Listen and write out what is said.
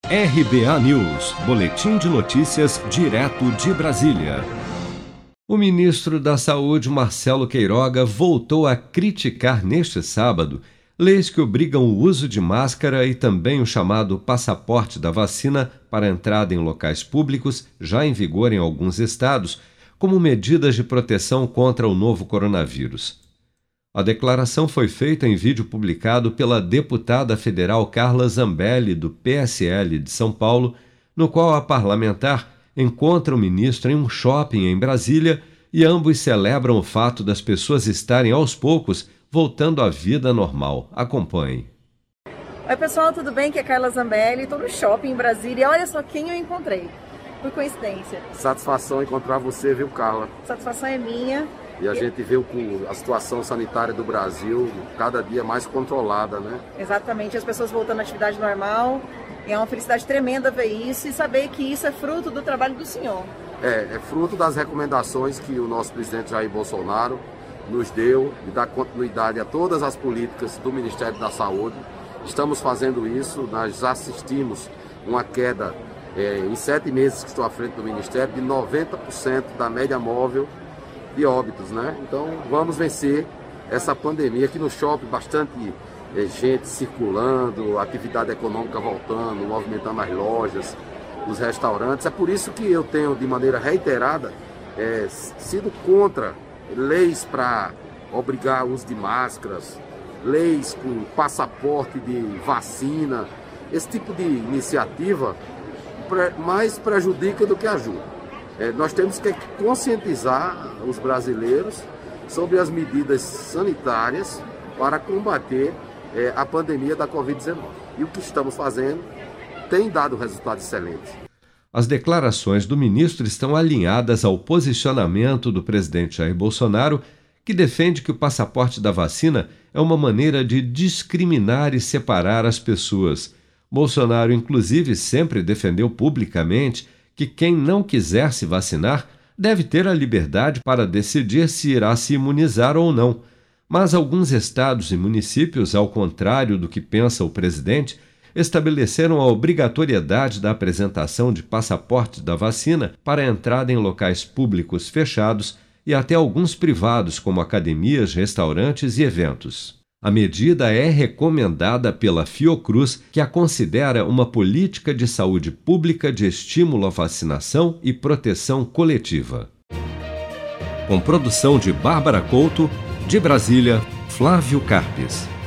RBA News, Boletim de Notícias, direto de Brasília. O ministro da Saúde, Marcelo Queiroga, voltou a criticar neste sábado leis que obrigam o uso de máscara e também o chamado passaporte da vacina para entrada em locais públicos, já em vigor em alguns estados, como medidas de proteção contra o novo coronavírus. A declaração foi feita em vídeo publicado pela deputada federal Carla Zambelli, do PSL de São Paulo, no qual a parlamentar encontra o ministro em um shopping em Brasília e ambos celebram o fato das pessoas estarem aos poucos voltando à vida normal. Acompanhe. Oi pessoal, tudo bem? Aqui é Carla Zambelli, estou no shopping em Brasília e olha só quem eu encontrei, por coincidência. Satisfação encontrar você, viu, Carla? Satisfação é minha. E a gente vê a situação sanitária do Brasil cada dia mais controlada, né? Exatamente, as pessoas voltando à atividade normal. É uma felicidade tremenda ver isso e saber que isso é fruto do trabalho do senhor. É fruto das recomendações que o nosso presidente Jair Bolsonaro nos deu e dá continuidade a todas as políticas do Ministério da Saúde. Estamos fazendo isso, nós assistimos uma queda em 7 meses que estou à frente do Ministério de 90% da média móvel de óbitos, né? Então vamos vencer essa pandemia. Aqui no shopping bastante gente circulando, atividade econômica voltando, movimentando as lojas, os restaurantes. É por isso que eu tenho de maneira reiterada sido contra leis para obrigar o uso de máscaras, leis com passaporte de vacina. Esse tipo de iniciativa mais prejudica do que ajuda. Nós temos que conscientizar os brasileiros sobre as medidas sanitárias para combater a pandemia da Covid-19. E o que estamos fazendo tem dado resultados excelentes. As declarações do ministro estão alinhadas ao posicionamento do presidente Jair Bolsonaro, que defende que o passaporte da vacina é uma maneira de discriminar e separar as pessoas. Bolsonaro, inclusive, sempre defendeu publicamente que quem não quiser se vacinar deve ter a liberdade para decidir se irá se imunizar ou não. Mas alguns estados e municípios, ao contrário do que pensa o presidente, estabeleceram a obrigatoriedade da apresentação de passaporte da vacina para a entrada em locais públicos fechados e até alguns privados, como academias, restaurantes e eventos. A medida é recomendada pela Fiocruz, que a considera uma política de saúde pública de estímulo à vacinação e proteção coletiva. Com produção de Bárbara Couto, de Brasília, Flávio Carpes.